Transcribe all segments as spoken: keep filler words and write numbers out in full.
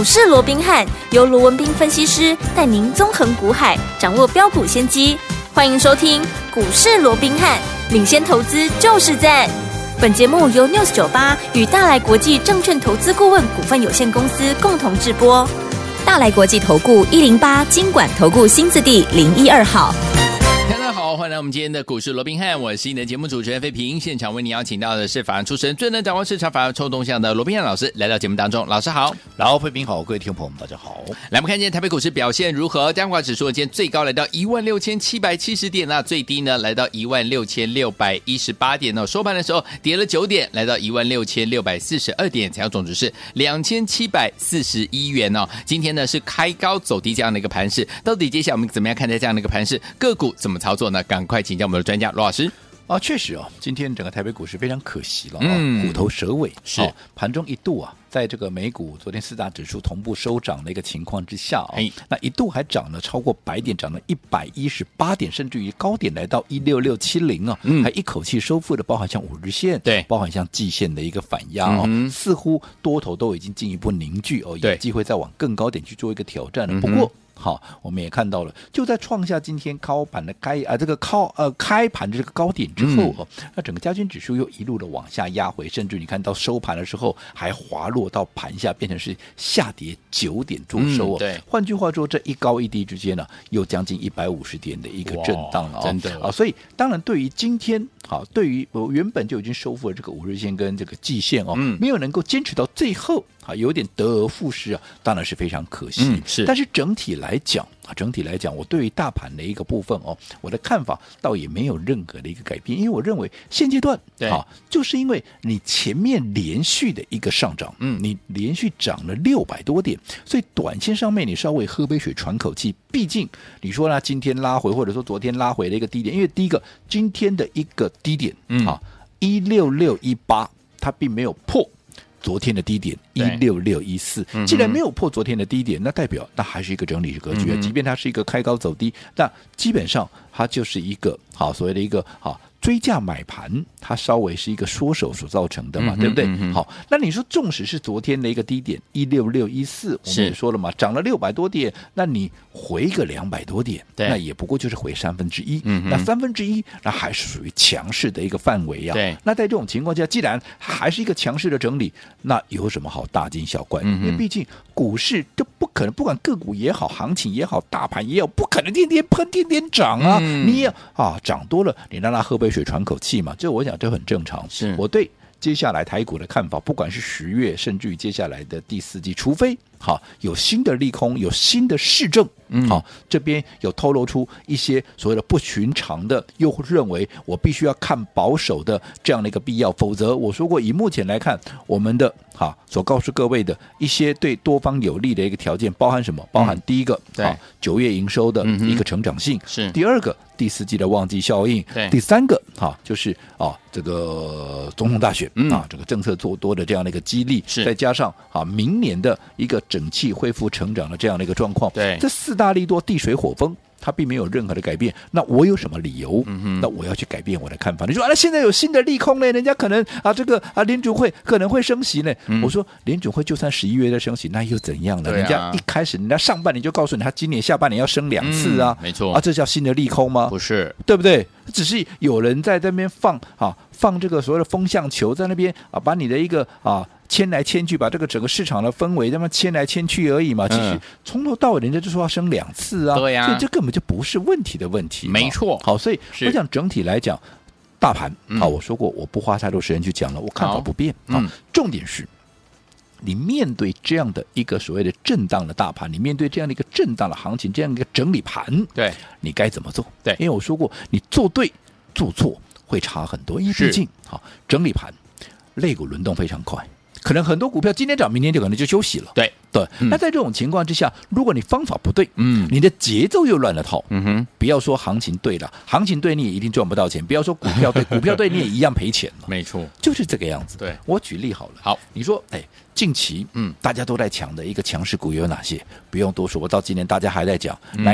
市罗宾汉由罗文彬分析师带您纵横股海，掌握标股先机。欢迎收听股市罗宾汉，领先投资就是赞。本节目由 News 九十八与大来国际证券投资顾问股份有限公司共同制播。大来国际投顾一零八金管投顾新字第零一二号。 大家好，欢迎来我们今天的股市罗宾汉，我是你的节目主持人费平。现场为你邀请到的是法案出身、最能掌握市场法案臭动向的罗宾汉老师来到节目当中。老师好。 然后费平好，各位听众朋友们大家好。 来，我们看今天台北股市表现如何？加权指数今天最高来到一万六千七百七十点，那最低呢来到一万六千六百一十八点哦。收盘的时候跌了九点，来到一万六千六百四十二点，成交总值是两千七百四十一元哦。今天呢是开高走低这样的一个盘势，到底接下来我们怎么样看待这样的一个盘势？个股怎么操作呢？赶快请教我们的专家罗老师。 啊，确实哦，今天整个台北股市非常可惜了， 嗯， 虎头蛇尾是、 哦、盘中一度啊，在这个美股昨天四大指数同步收涨的一个情况之下哦，那一度还涨了超过百点，涨了一百一十八点，甚至于高点来到一六六七零啊，嗯，还一口气收复了包含像五日线， 对， 包含像季线的一个反压哦、嗯，似乎多头都已经进一步凝聚哦，有机会再往更高点去做一个挑战了。不过。好，我们也看到了，就在创下今天高盘的开啊这个高呃开盘的这个高点之后哦，嗯、那整个加权指数又一路的往下压回，甚至你看到收盘的时候还滑落到盘下，变成是下跌九点做收哦。嗯、对，换句话说，这一高一低之间呢，又将近一百五十点的一个震荡了、哦， 真的啊，所以当然对于今天。好，对于我原本就已经收复了这个五日线跟这个季线哦，嗯、没有能够坚持到最后，啊，有点得而复失啊，当然是非常可惜。嗯、是，但是整体来讲啊，整体来讲，我对于大盘的一个部分哦，我的看法倒也没有任何的一个改变，因为我认为现阶段啊，就是因为你前面连续的一个上涨，嗯，你连续涨了六百多点，所以短线上面你稍微喝杯水喘口气。毕竟你说呢，今天拉回或者说昨天拉回的一个低点，因为第一个今天的一个低点、嗯、啊一六六一八，它并没有破昨天的低点一六六一四，既然没有破昨天的低点，那代表那还是一个整理格局、嗯、即便它是一个开高走低，那基本上它就是一个好所谓的一个好追价买盘，它稍微是一个缩手所造成的嘛，嗯、对不对？嗯、好，那你说纵使是昨天的一个低点一六六一四，我们也说了嘛，涨了六百多点，那你回个两百多点，那也不过就是回三分之一，嗯、那三分之一那还是属于强势的一个范围啊。对，那在这种情况下，既然还是一个强势的整理，那有什么好大惊小怪？嗯、因为毕竟股市就不可能，不管个股也好，行情也好，大盘也好，不可能天天喷天天涨啊！嗯、你也啊涨多了，你让它喝杯水喘口气嘛，这我想这很正常。是我对接下来台股的看法，不管是十月，甚至于接下来的第四季，除非好有新的利空，有新的市政，嗯，好这边有透露出一些所谓的不寻常的，又认为我必须要看保守的这样的一个必要，否则我说过，以目前来看，我们的好所告诉各位的一些对多方有利的一个条件，包含什么？包含第一个，对、嗯、九月营收的一个成长性，是、嗯、第二个。第四季的旺季效应，第三个哈就是啊这个总统大选、嗯、啊这个政策做多的这样的一个激励，再加上啊明年的一个整气恢复成长的这样的一个状况，对这四大利多地水火风。它并没有任何的改变，那我有什么理由？嗯、那我要去改变我的看法？你说啊，现在有新的利空呢，人家可能啊，这个啊，联准会可能会升息呢。嗯、我说联准会就算十一月再升息，那又怎样呢？啊、人家一开始，人家上半年就告诉你，他今年下半年要升两次啊，嗯、没错啊，这叫新的利空吗？不是，对不对？只是有人在那边放啊，放这个所谓的风向球在那边啊，把你的一个啊。牵来牵去，把这个整个市场的氛围这么牵来牵去而已嘛。其实从头到尾，人家就说要升两次啊，对呀、啊，所以这根本就不是问题的问题。没错，好，所以我讲整体来讲，大盘好，我说过我不花太多时间去讲了，我看法不变啊、嗯。重点是，你面对这样的一个所谓的震荡的大盘，你面对这样的一个震荡的行情，这样的一个整理盘，对，你该怎么做？对，因为我说过，你做对做错会差很多，因为毕竟好整理盘，类股轮动非常快。可能很多股票今天涨，明天就可能就休息了。对对、嗯，那在这种情况之下，如果你方法不对，嗯，你的节奏又乱了套，嗯哼，不要说行情对了，行情对你也一定赚不到钱；不要说股票对，股票对你也一样赔钱了。没错，就是这个样子。对，我举例好了，好，你说，哎，近期嗯，大家都在抢的一个强势股有哪些？不用多说，我到今年大家还在讲、嗯、那一档。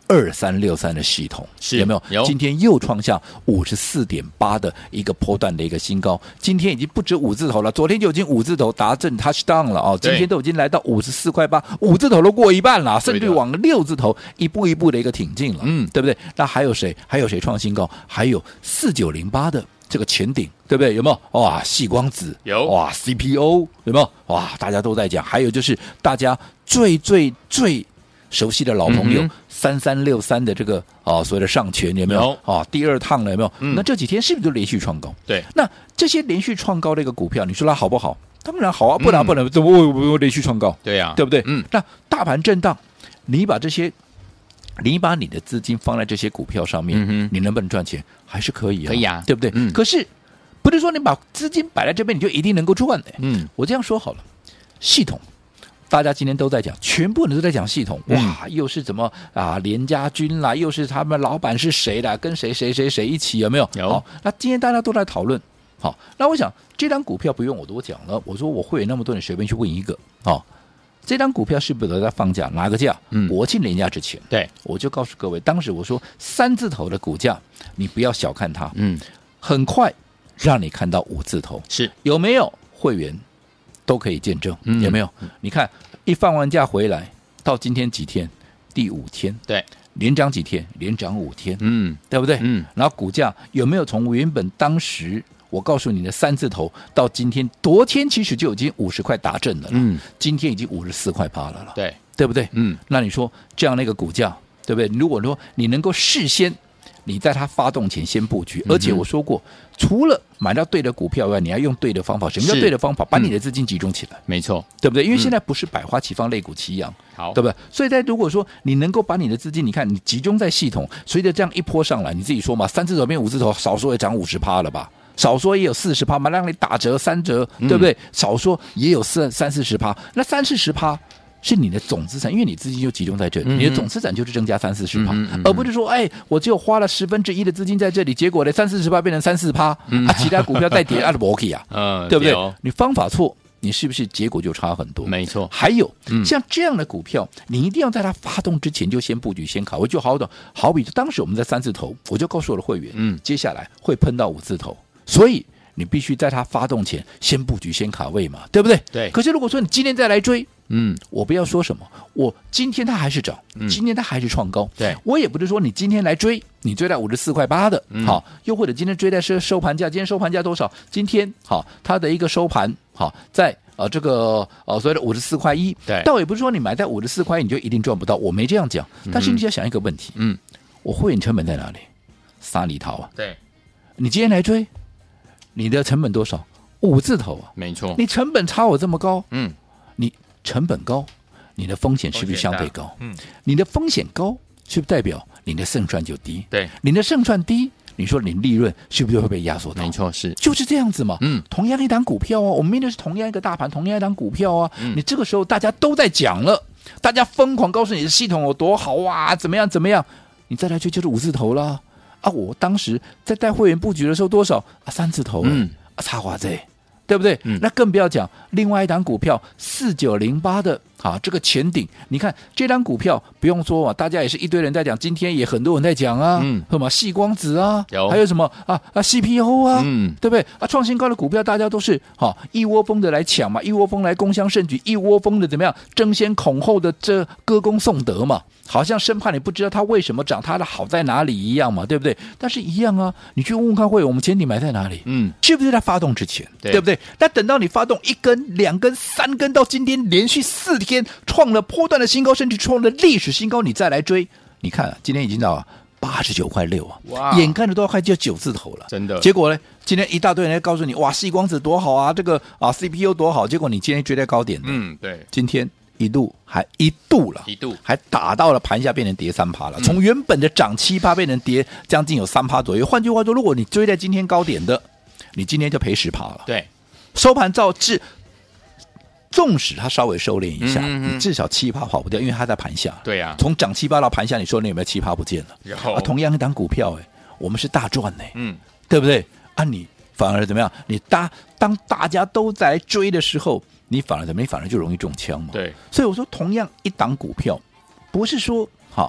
二三六三的系统是有没有？ 有， 今天又创下五十四点八的一个波段的一个新高，今天已经不止五字头了，昨天就已经五字头达阵 touchdown 了哦，今天都已经来到五十四块八，五字头都过一半了，甚至往六字头一步一步的一个挺进了，嗯，对不对？那还有谁？还有谁创新高？还有四九零八的这个前顶，对不对？有没有？哇，矽光子有， 哇 ，C P O 有没有？哇，大家都在讲。还有就是大家最最最熟悉的老朋友三三六三的这个啊、哦、所谓的上权有没有啊、哦？第二趟了有没有、嗯？那这几天是不是都连续创高？ 对， 那这些连续创高的一个股票，你说它好不好？当然好啊，不然不然怎么会会连续创高？ 对呀、啊， 对不对？ 嗯， 那大盘震荡，你把这些。你把你的资金放在这些股票上面、嗯，你能不能赚钱？还是可以啊， 可以啊， 对不对？嗯。可是不是说你把资金摆在这边，你就一定能够赚的。嗯，我这样说好了，系统。大家今天都在讲，全部人都在讲系统，哇，嗯、又是怎么啊？联家军啦，又是他们老板是谁啦？跟谁谁谁谁一起有没有？ 有。 好，那今天大家都在讨论。好，那我想这张股票不用我多讲了。我说我会有那么多人，随便去问一个。好，这张股票是不是在放假？哪个价？嗯，国庆连假之前。 对， 我就告诉各位，当时我说三字头的股价，你不要小看它。嗯，很快让你看到五字头。 是有没有会员？都可以见证、嗯、有没有？你看一放完假回来到今天几天？第五天， 对， 连涨几天？连涨五天， 嗯， 对不对？ 嗯， 然后股价有没有从原本当时我告诉你的三字头到今天，昨天其实就已经五十块达阵了，嗯，今天已经五十四块八了了， 对， 对不对？ 嗯， 那你说这样的一个股价，对不对？如果说你能够事先。你在它发动前先布局，而且我说过，嗯、除了买到对的股票以外，你要用对的方法。什么叫对的方法？把你的资金集中起来， 没错， 对不对？因为现在不是百花齐放、肋骨齐扬， 好， 对不对？所以在如果说你能够把你的资金，你看你集中在系统，随着这样一波上来，你自己说嘛，三字头变五字头，少说也涨五十趴了吧？少说也有四十趴嘛，让你打折三折，对不对？嗯、少说也有四三四十趴，那三四十趴。是你的总资产，因为你资金就集中在这里，嗯、你的总资产就是增加三四十趴，而不是说，哎，我只有花了十分之一的资金在这里，结果呢，三四十趴变成三四趴，嗯、啊，其他股票再跌，啊，不 OK 啊，嗯，对不对？对你方法错，你是不是结果就差很多？ 没错。 还有、嗯、像这样的股票，你一定要在它发动之前就先布局、先考虑，就好懂。好比当时我们在三字头，我就告诉我的会员，嗯，接下来会喷到五字头，所以你必须在它发动前先布局、先卡位嘛，对不对？ 对。 可是如果说你今天再来追，嗯，我不要说什么，我今天它还是涨，嗯、今天它还是创高， 对我也不是说你今天来追，你追到五十四块八的，嗯、好，又或者今天追在是收盘价，今天收盘价多少？今天好，它的一个收盘好在呃这个呃所谓的五十四块一， 对， 倒也不是说你买在五十四块你就一定赚不到，我没这样讲，但是你就要想一个问题，嗯，我会员成本在哪里？三里桃啊， 对， 你今天来追，你的成本多少？五字头啊， 没错， 你成本差我这么高， 嗯， 你。成本高，你的风险是不是相对高？嗯，你的风险高，是不是代表你的胜算就低？ 对， 你的胜算低，你说你利润是不是会被压缩到？ 没错，是就是这样子嘛。 嗯， 同样一档股票啊，我们面对是同样一个大盘，同样一档股票啊，嗯、你这个时候大家都在讲了，大家疯狂告诉你的系统有多好啊，怎么样怎么样，你再来追就是五字头了啊！我当时在带会员布局的时候多少啊？三字头，嗯，啊，差华这。对不对、嗯？那更不要讲另外一档股票四九零八的啊，这个前顶，你看这档股票不用说啊，大家也是一堆人在讲，今天也很多人在讲啊，嗯，什么矽光子啊， 有还有什么啊啊 C P O 啊， 嗯， 对不对啊？创新高的股票大家都是哈、啊、一窝蜂的来抢嘛，一窝蜂来攻襄盛举，一窝蜂的怎么样争先恐后的这歌功颂德嘛。好像生怕你不知道它为什么涨，它的好在哪里一样嘛，对不对？但是一样啊，你去问问看会，我们前底买在哪里？嗯，是不是在发动之前， 对, 对不对？那等到你发动一根、两根、三根，到今天连续四天创了波段的新高，甚至创了历史新高，你再来追，你看、啊、今天已经到八十九块六啊，哇，眼看着都要快就九字头了， 真的。 结果呢，今天一大堆人在告诉你，哇，矽光子多好啊，这个啊 C P U 多好，结果你今天追在高点的， 嗯，对， 今天。一度还一度了， 一度还打到了盘下，变成跌三趴了。从原本的涨七趴变成跌将近有三趴左右。换句话说，如果你追在今天高点的，你今天就赔十趴了。 对， 收盘照至，纵使它稍微收敛一下， 嗯嗯嗯你至少七趴跑不掉，因为它在盘下。 对呀、啊， 从涨七趴到盘下，你说你有没有七趴不见了？ 有啊，同样一档股票，哎，我们是大赚呢， 嗯， 对不对？啊，你反而怎么样？你大当大家都在追的时候。你反而怎么？你反而就容易中枪嘛。 对， 所以我说，同样一档股票，不是说哈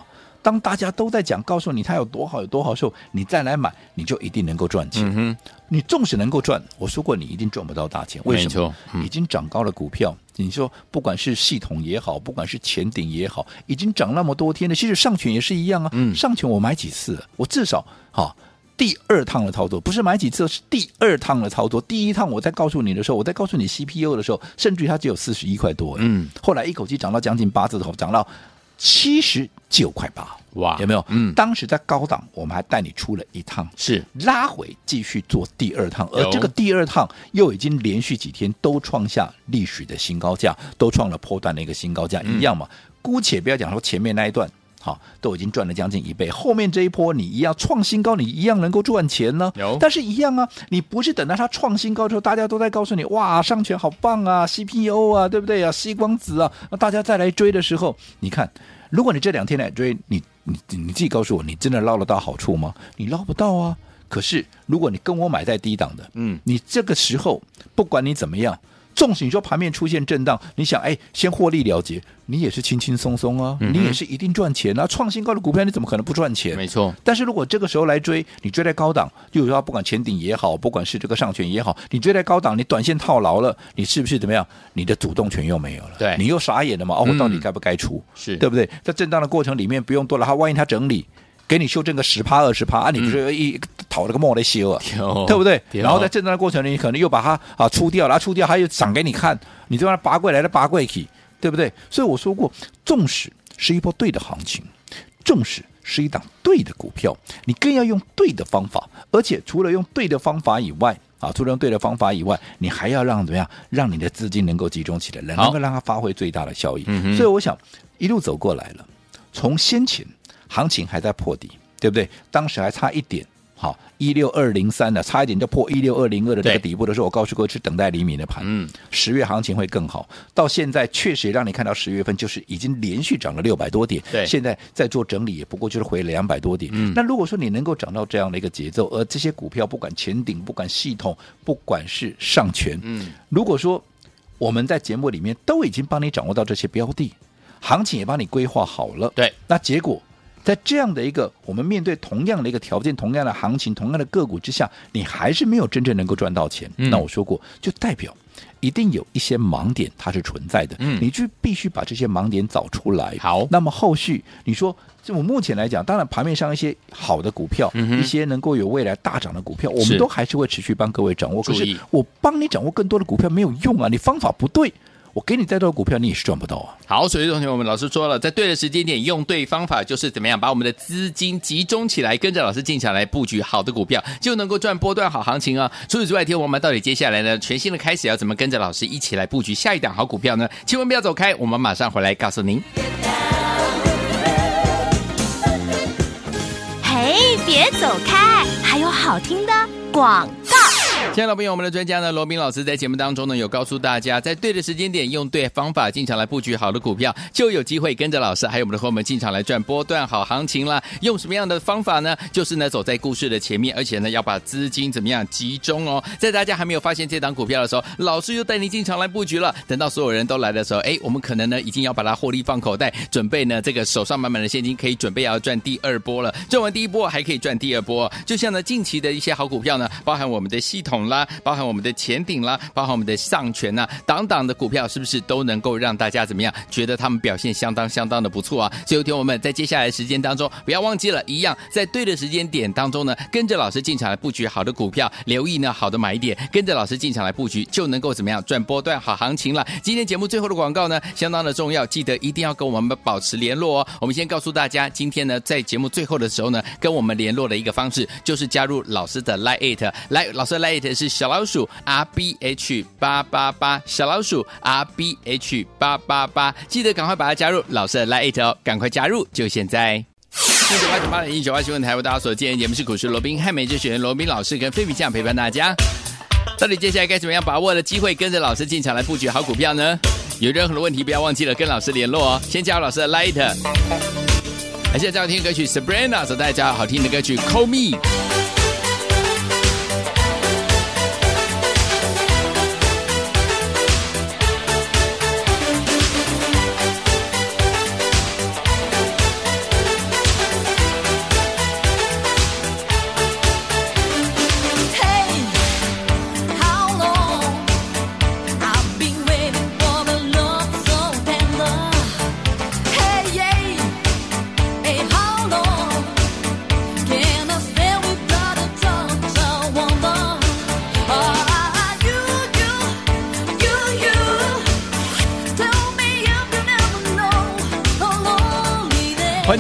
当大家都在讲，告诉你它有多好有多好的时候，你再来买，你就一定能够赚钱。 嗯、 你纵使能够赚，我说过你一定赚不到大钱。为什么？嗯、已经涨高了股票，你说不管是系统也好，不管是前顶也好，已经涨那么多天了。其实上权也是一样啊，嗯、上权我买几次了，我至少哈。第二趟的操作不是买几次，是第二趟的操作。第一趟我在告诉你的时候，我在告诉你 C P U 的时候，甚至于它只有四十一块多，嗯，后来一口气涨到将近八字头，涨到七十九块八，哇，有没有？嗯，当时在高档，我们还带你出了一趟， 是拉回继续做第二趟，而这个第二趟又已经连续几天都创下历史的新高价，都创了波段的一个新高价，嗯、一样嘛。姑且不要讲说前面那一段。好，都已经赚了将近一倍，后面这一波你一样创新高，你一样能够赚钱呢。 有， 但是一样啊，你不是等到它创新高之后，大家都在告诉你，哇，上权好棒啊 ，C P U 啊，对不对啊？硒光子啊，那大家再来追的时候，你看，如果你这两天来追，你你你自己告诉我，你真的捞得到好处吗？你捞不到啊。可是如果你跟我买在低档的，嗯，你这个时候不管你怎么样。纵使你说盘面出现震荡，你想哎，先获利了结，你也是轻轻松松啊，嗯、你也是一定赚钱啊。创新高的股票你怎么可能不赚钱？ 没错。 但是如果这个时候来追，你追在高档，就是说不管前顶也好，不管是这个上权也好，你追在高档，你短线套牢了，你是不是怎么样？你的主动权又没有了， 对， 你又傻眼了嘛？哦，我到底该不该出？ 嗯、是对不对？在震荡的过程里面不用多了，它万一它整理。给你修正个十趴二十趴啊，你不是一讨了个莫来修啊，嗯、对不对？然后在震荡的过程里，你可能又把它啊出掉了，出掉它又涨给你看，你就让它拔过来了，拔过去，对不对？所以我说过，纵使是一波对的行情，纵使是一档对的股票，你更要用对的方法，而且除了用对的方法以外。啊，除了用对的方法以外，你还要让怎么样，让你的资金能够集中起来，能够让它发挥最大的效益。所以我想一路走过来了，从先前。行情还在破底，对不对？当时还差一点，好一六二零三的，差一点就破一六二零二的这个底部的时候，我告诉各位是等待黎明的盘。嗯，十月行情会更好。到现在确实让你看到十月份就是已经连续涨了六百多点， 对， 现在在做整理，也不过就是回了两百多点。嗯，那如果说你能够涨到这样的一个节奏，而这些股票不管前顶，不管系统，不管是上权，嗯，如果说我们在节目里面都已经帮你掌握到这些标的，行情也帮你规划好了， 对， 那结果。在这样的一个我们面对同样的一个条件、同样的行情、同样的个股之下，你还是没有真正能够赚到钱。嗯、那我说过，就代表一定有一些盲点它是存在的。嗯，你就必须把这些盲点找出来。 好， 那么后续你说，就我目前来讲，当然盘面上一些好的股票，嗯、一些能够有未来大涨的股票，我们都还是会持续帮各位掌握。可是我帮你掌握更多的股票没有用啊，你方法不对。我给你再多的股票，你也是赚不到啊。 好，所以同学我们老师说了，在对的时间点用对方法，就是怎么样把我们的资金集中起来，跟着老师进场来布局好的股票，就能够赚波段好行情啊。除此之外，听我们到底接下来呢，全新的开始要怎么跟着老师一起来布局下一档好股票呢？千万不要走开，我们马上回来告诉您。 嘿，别走开，还有好听的广告。 亲爱的朋友，我们的专家呢，罗宾老师在节目当中呢，有告诉大家，在对的时间点，用对方法进场来布局好的股票，就有机会跟着老师还有我们的伙伴们进场来赚波段好行情啦。用什么样的方法呢？就是呢，走在故事的前面，而且呢，要把资金怎么样集中哦。在大家还没有发现这档股票的时候，老师就带你进场来布局了。等到所有人都来的时候，哎，我们可能呢，已经要把它获利放口袋，准备呢，这个手上满满的现金，可以准备要赚第二波了。赚完第一波，还可以赚第二波。就像呢，近期的一些好股票呢，包含我们的系统啦，包含我们的前顶啦，包含我们的上权啊，档档的股票是不是都能够让大家怎么样觉得他们表现相当相当的不错啊？所以听我们在接下来的时间当中，不要忘记了，一样在对的时间点当中呢，跟着老师进场来布局好的股票，留意呢好的买点，跟着老师进场来布局，就能够怎么样赚波段好行情了。今天节目最后的广告呢，相当的重要，记得一定要跟我们保持联络哦。我们先告诉大家，今天呢在节目最后的时候呢，跟我们联络的一个方式就是加入老师的 Line 来，老师的 Line 是小老鼠 R B H 八八八， 小老鼠 R B H 八八八， 记得赶快把它加入老师的 Line 哦，赶快加入，就现在。一九八九八点一九八新闻台为大家所见节目是股市罗宾汉美之选罗宾老师跟菲比酱陪伴大家。到底接下来该怎么样把握的机会，跟着老师进场来布局好股票呢？有任何的问题不要忘记了跟老师联络哦。先加入老师的 Line。而现在要听歌曲 Sabrina 所带来好听的歌曲 Call Me。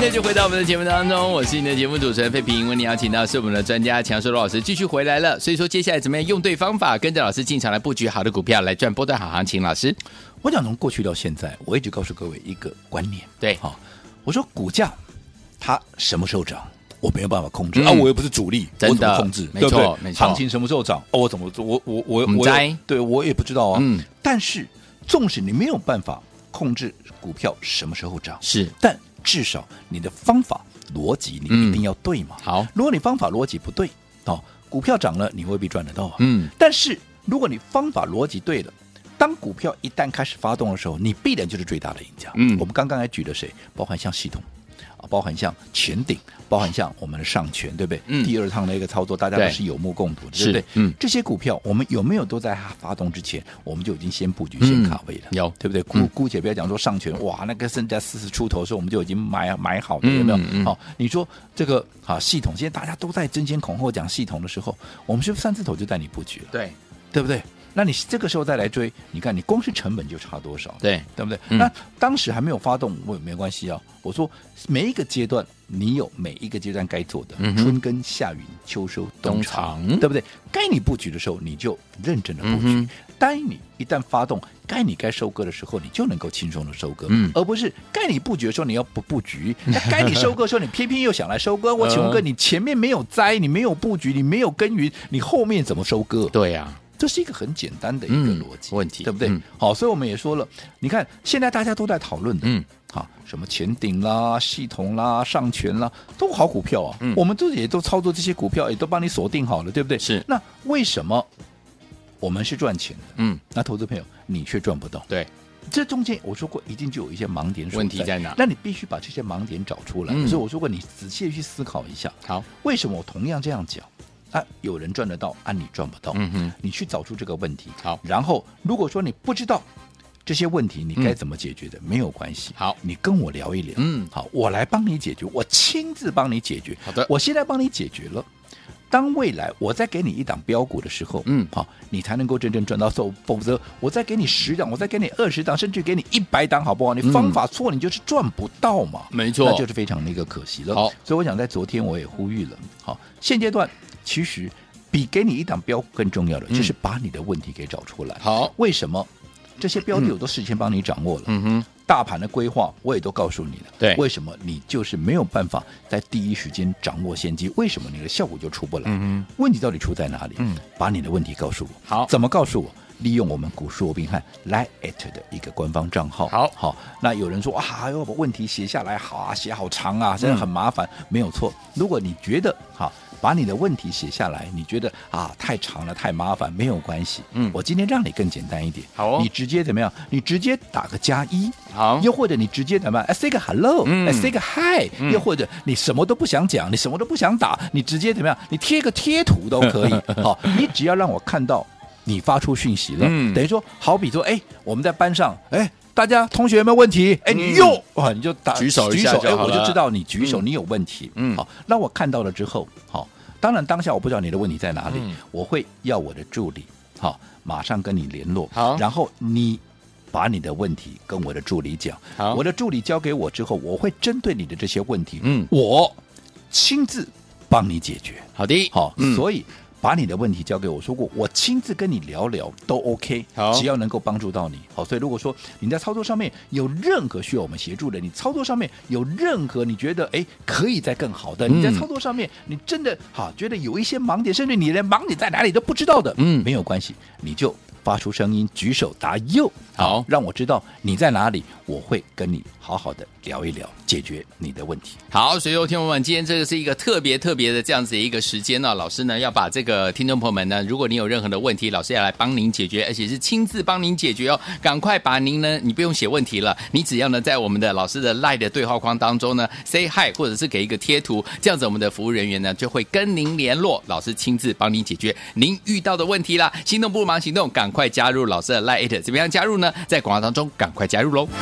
天就回到我们的节目当中，我是你的节目主持人费平。为你邀请到是我们的专家强硕罗老师继续回来了，所以说接下来怎么样用对方法，跟着老师进场来布局好的股票，来赚波段好行情。老师， 我想从过去到现在，我一直告诉各位一个观念， 对， 好、哦，我说股价它什么时候涨，我没有办法控制、嗯、啊，我又不是主力， 真的我怎么控制？ 没错， 对不对？ 没错， 行情什么时候涨？哦，我怎么做？我我我我对我也不知道啊。嗯，但是纵使你没有办法控制股票什么时候涨， 是， 但至少你的方法逻辑你一定要对嘛。 嗯、好， 如果你方法逻辑不对，哦，股票涨了你未必赚得到啊。 嗯， 但是如果你方法逻辑对了，当股票一旦开始发动的时候，你必然就是最大的赢家。嗯，我们刚刚还举了谁？包含像系统啊，包含像前顶，包含像我们的上权，对不对？嗯，第二趟的一个操作，大家都是有目共睹的，对不对？嗯，这些股票我们有没有都在它发动之前，我们就已经先布局、先卡位了？ 有， 对不对？姑姑且不要讲说上权，哇，那个剩下四十出头的时候，我们就已经买买好的，有没有？好、哦，你说这个啊系统，现在大家都在争先恐后讲系统的时候，我们是不是三字头就带你布局了？ 对， 对不对？那你这个时候再来追，你看你光是成本就差多少？ 对， 对不对？嗯、那当时还没有发动，我也没关系啊。我说每一个阶段，你有每一个阶段该做的，嗯、春耕、夏耘、秋收、冬藏，对不对？该你布局的时候，你就认真的布局。嗯、当你一旦发动，该你该收割的时候，你就能够轻松的收割，嗯、而不是该你布局的时候你要不布局，那该你收割的时候你偏偏又想来收割。我请问哥，你前面没有栽，你没有布局，你没有耕耘，你后面怎么收割？ 对呀、啊。 这是一个很简单的一个逻辑、 嗯、问题， 对不对？ 嗯、 好，所以我们也说了，你看现在大家都在讨论的，嗯，好，什么前顶啦、系统啦、上权啦，都好股票啊，嗯、我们自己也都操作这些股票，也都帮你锁定好了，对不对？ 是。 那为什么我们是赚钱的？ 嗯， 那投资朋友你却赚不到？ 对， 这中间我说过，一定就有一些盲点所在， 问题在哪？ 那你必须把这些盲点找出来。嗯、所以我说过，你仔细去思考一下。 好， 为什么我同样这样讲？啊，有人赚得到，啊，你赚不到。嗯哼，你去找出这个问题。 好， 然后如果说你不知道这些问题，你该怎么解决的，嗯、没有关系。 好， 你跟我聊一聊。嗯，好，我来帮你解决，我亲自帮你解决。 好的， 我现在帮你解决了。当未来我再给你一档标股的时候，嗯，好，你才能够真正赚到手。否则，我再给你十档，我再给你二十档，甚至给你一百档，好不好？你方法错，你就是赚不到嘛。 没错， 那就是非常的一个可惜了。 好， 所以我想在昨天我也呼吁了。好，现阶段其实比给你一档标更重要的，就是把你的问题给找出来。 好， 为什么这些标的我都事先帮你掌握了？ 嗯哼。 大盘的规划我也都告诉你了， 对， 为什么你就是没有办法在第一时间掌握先机？为什么你的效果就出不来？嗯、问题到底出在哪里？嗯，把你的问题告诉我。 好， 怎么告诉我？利用我们股市罗宾汉 Line@ 的一个官方账号。 好， 好，那有人说啊，要把问题写下来，好啊，写好长啊，真的很麻烦。嗯、没有错，如果你觉得好，把你的问题写下来，你觉得啊太长了太麻烦，没有关系。嗯，我今天让你更简单一点。 好、哦， 你直接怎么样？你直接打个加一。 好， 又或者你直接怎么样 ？say 个 hello， 嗯 say 个 hi，、嗯、又或者你什么都不想讲，你什么都不想打，你直接怎么样？你贴个贴图都可以。好，你只要让我看到你发出讯息了，嗯、等于说，好比说，哎，我们在班上，哎。大家同学有没有问题？哎，你又哇、嗯，你就打举手一下就好了， 哎，我就知道你举手，嗯、你有问题。嗯，好，那我看到了之后，好，当然当下我不知道你的问题在哪里，嗯、我会要我的助理，好，马上跟你联络， 好， 然后你把你的问题跟我的助理讲， 好， 我的助理交给我之后，我会针对你的这些问题，嗯，我亲自帮你解决。 好的， 好，嗯、所以。把你的问题交给我，说过我亲自跟你聊聊都 OK， 只要能够帮助到你。好，所以如果说你在操作上面有任何需要我们协助的，你操作上面有任何你觉得哎可以再更好的，嗯、你在操作上面你真的好觉得有一些盲点，甚至你连盲点在哪里都不知道的，嗯，没有关系，你就发出声音，举手答右， 好， 让我知道你在哪里，我会跟你好好的聊一聊，解决你的问题。 好，所以说听众朋友们，今天这个是一个特别特别的这样子的一个时间呢、啊，老师呢要把这个听众朋友们呢，如果你有任何的问题，老师要来帮您解决，而且是亲自帮您解决哦。赶快把您呢，你不用写问题了，你只要呢在我们的老师的 LINE 的对话框当中呢 say hi， 或者是给一个贴图，这样子我们的服务人员呢就会跟您联络，老师亲自帮您解决您遇到的问题啦。心动不如马上行动，赶快加入老师的 LINE， 怎么样加入呢？在广告当中赶快加入喽。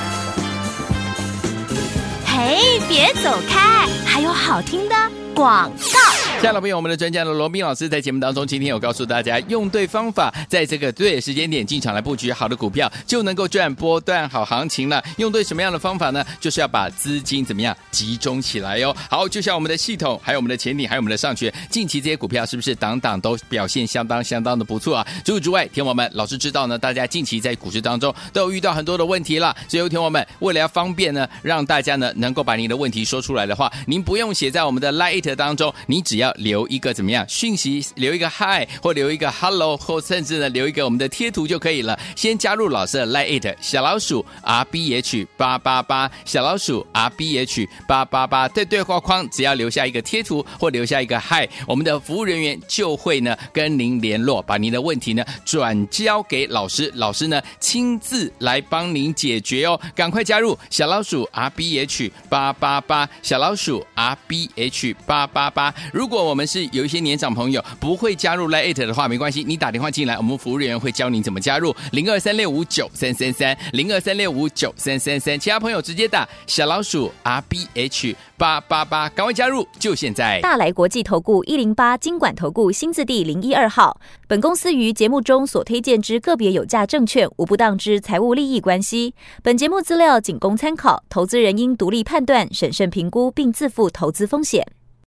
嘿，别走开，还有好听的广告。 亲爱的朋友，我们的专家的罗宾老师在节目当中，今天有告诉大家，用对方法，在这个对的时间点进场来布局好的股票，就能够赚波段好行情了。用对什么样的方法呢？就是要把资金怎么样集中起来哟。好，就像我们的系统，还有我们的前顶，还有我们的上权，近期这些股票是不是档档都表现相当相当的不错啊？除此之外，天王们，老师知道呢，大家近期在股市当中都有遇到很多的问题了，所以天王们为了要方便呢，让大家呢能够把您的问题说出来的话，您不用写在我们的 Line 当中，你只要留一个怎么样讯息，留一个 Hi 或留一个 Hello， 或甚至呢留一个我们的贴图就可以了。先加入老师的 Line 小老鼠 R B H 八八八， 小老鼠 R B H 八八八， 在对话框只要留下一个贴图或留下一个 Hi， 我们的服务人员就会呢跟您联络，把您的问题呢转交给老师，老师呢亲自来帮您解决哦。赶快加入小老鼠 R B H 八八八， 小老鼠 R B H 八八八。如果我们是有一些年长朋友不会加入 Line 的话，没关系，你打电话进来，我们服务人员会教您怎么加入。零二三六五九三三三， 零二三六五九三三三，其他朋友直接打小老鼠 R B H 八八八，赶快加入，就现在。 大来国际投顾一零八金管投顾新字第零一二号，本公司于节目中所推荐之个别有价证券，无不当之财务利益关系。本节目资料仅供参考，投资人应独立判断、审慎评估，并自负投资风险。